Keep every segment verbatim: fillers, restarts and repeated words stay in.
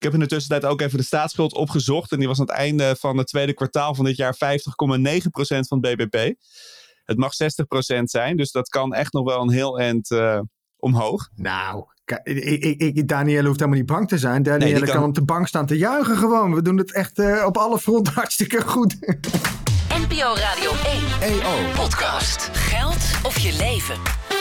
Ik heb in de tussentijd ook even de staatsschuld opgezocht. En die was aan het einde van het tweede kwartaal van dit jaar vijftig komma negen procent van het B B P. Het mag zestig procent zijn, dus dat kan echt nog wel een heel eind uh, omhoog. Nou, ik, ik, ik, Danielle hoeft helemaal niet bang te zijn. Danielle nee, kan... kan op de bank staan te juichen gewoon. We doen het echt uh, op alle fronten hartstikke goed. N P O Radio één. E O. Podcast. Geld of je leven.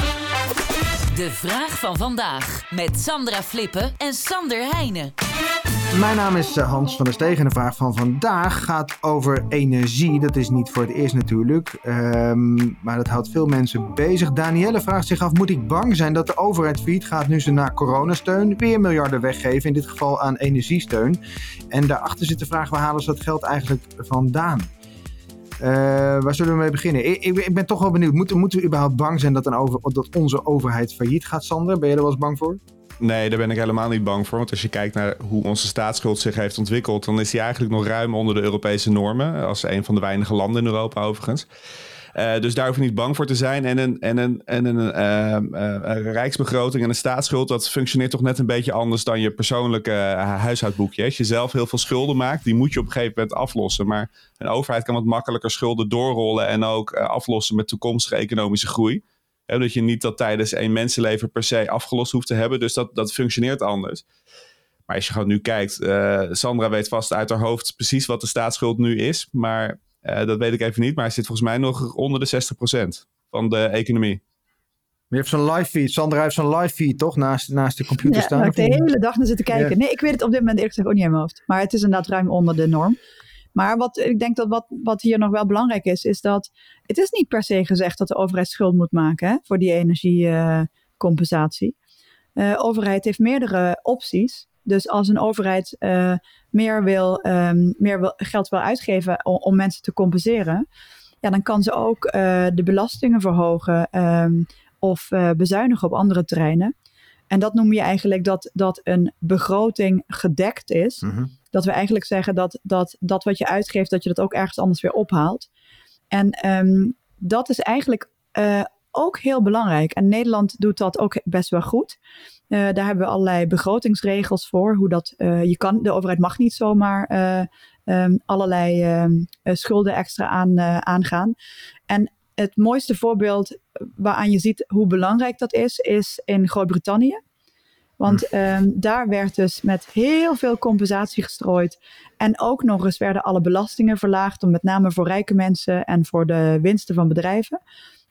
De vraag van vandaag met Sandra Flippen en Sander Heijnen. Mijn naam is Hans van der Steeg en de vraag van vandaag gaat over energie. Dat is niet voor het eerst natuurlijk, um, maar dat houdt veel mensen bezig. Danielle vraagt zich af, moet ik bang zijn dat de overheid failliet gaat nu ze na coronasteun weer miljarden weggeven, in dit geval aan energiesteun? En daarachter zit de vraag, waar halen ze dat geld eigenlijk vandaan? Uh, waar zullen we mee beginnen? Ik, ik, ik ben toch wel benieuwd, moeten, moeten we überhaupt bang zijn dat, een over, dat onze overheid failliet gaat, Sander? Ben je er wel eens bang voor? Nee, daar ben ik helemaal niet bang voor. Want als je kijkt naar hoe onze staatsschuld zich heeft ontwikkeld, dan is die eigenlijk nog ruim onder de Europese normen. Als een van de weinige landen in Europa overigens. Uh, dus daar hoef je niet bang voor te zijn. En een, en een, en een uh, uh, rijksbegroting en een staatsschuld, dat functioneert toch net een beetje anders dan je persoonlijke uh, huishoudboekje. Als je zelf heel veel schulden maakt, die moet je op een gegeven moment aflossen. Maar een overheid kan wat makkelijker schulden doorrollen en ook uh, aflossen met toekomstige economische groei. He, dat je niet dat tijdens één mensenleven per se afgelost hoeft te hebben. Dus dat, dat functioneert anders. Maar als je gewoon nu kijkt, uh, Sandra weet vast uit haar hoofd precies wat de staatsschuld nu is. Maar uh, dat weet ik even niet. Maar hij zit volgens mij nog onder de zestig procent van de economie. Je hebt zo'n live feed. Sandra heeft zo'n live feed, toch? Naast, naast de computer ja, staan. Ja, ik de hele dag naar zitten kijken. Ja. Nee, ik weet het op dit moment eerlijk gezegd ook niet in mijn hoofd. Maar het is inderdaad ruim onder de norm. Maar wat ik denk dat wat, wat hier nog wel belangrijk is, is dat het is niet per se gezegd dat de overheid schuld moet maken hè, voor die energiecompensatie. De uh, overheid heeft meerdere opties. Dus als een overheid uh, meer, wil, um, meer wil, geld wil uitgeven om, om mensen te compenseren, ja, dan kan ze ook uh, de belastingen verhogen um, of uh, bezuinigen op andere terreinen. En dat noem je eigenlijk dat, dat een begroting gedekt is. Mm-hmm. Dat we eigenlijk zeggen dat, dat dat wat je uitgeeft, dat je dat ook ergens anders weer ophaalt. En um, dat is eigenlijk uh, ook heel belangrijk. En Nederland doet dat ook best wel goed. Uh, daar hebben we allerlei begrotingsregels voor. Hoe dat, uh, je kan, de overheid mag niet zomaar uh, um, allerlei um, uh, schulden extra aan, uh, aangaan. En het mooiste voorbeeld waaraan je ziet hoe belangrijk dat is, is in Groot-Brittannië. Want um, daar werd dus met heel veel compensatie gestrooid. En ook nog eens werden alle belastingen verlaagd, om met name voor rijke mensen en voor de winsten van bedrijven.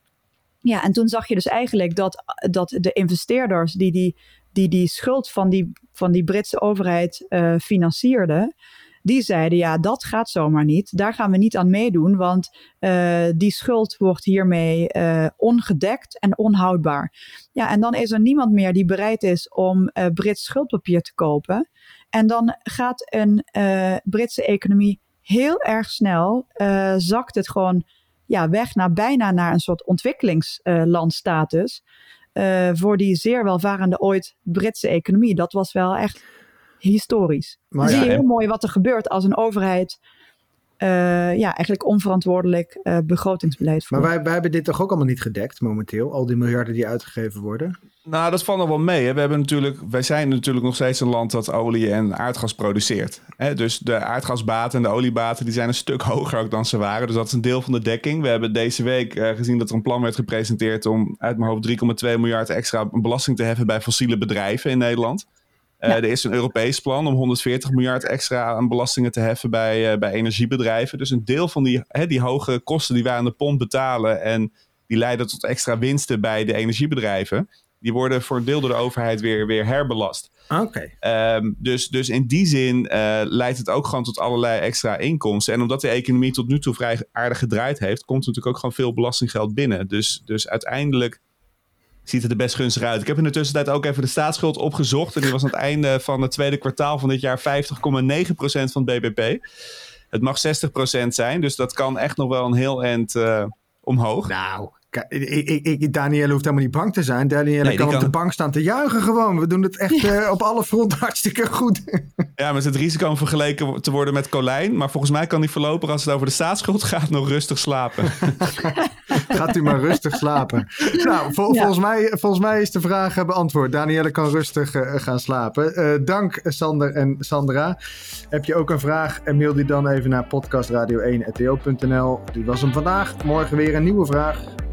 Ja, en toen zag je dus eigenlijk dat, dat de investeerders die die, die die schuld van die, van die Britse overheid uh, financierden, die zeiden, ja, dat gaat zomaar niet. Daar gaan we niet aan meedoen, want uh, die schuld wordt hiermee uh, ongedekt en onhoudbaar. Ja, en dan is er niemand meer die bereid is om uh, Brits schuldpapier te kopen. En dan gaat een uh, Britse economie heel erg snel, uh, zakt het gewoon ja, weg naar bijna naar een soort ontwikkelingslandstatus uh, uh, voor die zeer welvarende ooit Britse economie. Dat was wel echt historisch. Maar dan ja, zie je heel en... mooi wat er gebeurt als een overheid uh, ja, eigenlijk onverantwoordelijk uh, begrotingsbeleid voert. Maar wij, wij hebben dit toch ook allemaal niet gedekt momenteel? Al die miljarden die uitgegeven worden? Nou, dat valt nog wel mee. Hè. We hebben natuurlijk, wij zijn natuurlijk nog steeds een land dat olie en aardgas produceert. Hè. Dus de aardgasbaten en de oliebaten die zijn een stuk hoger ook dan ze waren. Dus dat is een deel van de dekking. We hebben deze week uh, gezien dat er een plan werd gepresenteerd om uit mijn hoofd drie komma twee miljard extra belasting te heffen bij fossiele bedrijven in Nederland. Uh, ja. Er is een Europees plan om honderdveertig miljard extra aan belastingen te heffen bij, uh, bij energiebedrijven. Dus een deel van die, hè, die hoge kosten die wij aan de pomp betalen en die leiden tot extra winsten bij de energiebedrijven, die worden voor een deel door de overheid weer, weer herbelast. Oké. Okay. Um, dus, dus in die zin uh, leidt het ook gewoon tot allerlei extra inkomsten. En omdat de economie tot nu toe vrij aardig gedraaid heeft, komt er natuurlijk ook gewoon veel belastinggeld binnen. Dus, dus uiteindelijk ziet het er best gunstig uit. Ik heb in de tussentijd ook even de staatsschuld opgezocht. En die was aan het einde van het tweede kwartaal van dit jaar vijftig komma negen procent van het B B P. Het mag zestig procent zijn, dus dat kan echt nog wel een heel eind uh, omhoog. Nou, Kijk, ik, ik, ik, Danielle hoeft helemaal niet bang te zijn. Danielle Nee, kan op kan... de bank staan te juichen gewoon. We doen het echt uh, op alle fronten hartstikke goed. Ja, met het risico om vergeleken te worden met Colijn. Maar volgens mij kan hij voorlopig, als het over de staatsschuld gaat, nog rustig slapen. Gaat u maar rustig slapen. Nou, vol, ja. volgens, mij, volgens mij is de vraag beantwoord. Danielle kan rustig uh, gaan slapen. Uh, dank Sander en Sandra. Heb je ook een vraag? En mail die dan even naar podcastradio één punt n l. Dit was hem vandaag. Morgen weer een nieuwe vraag.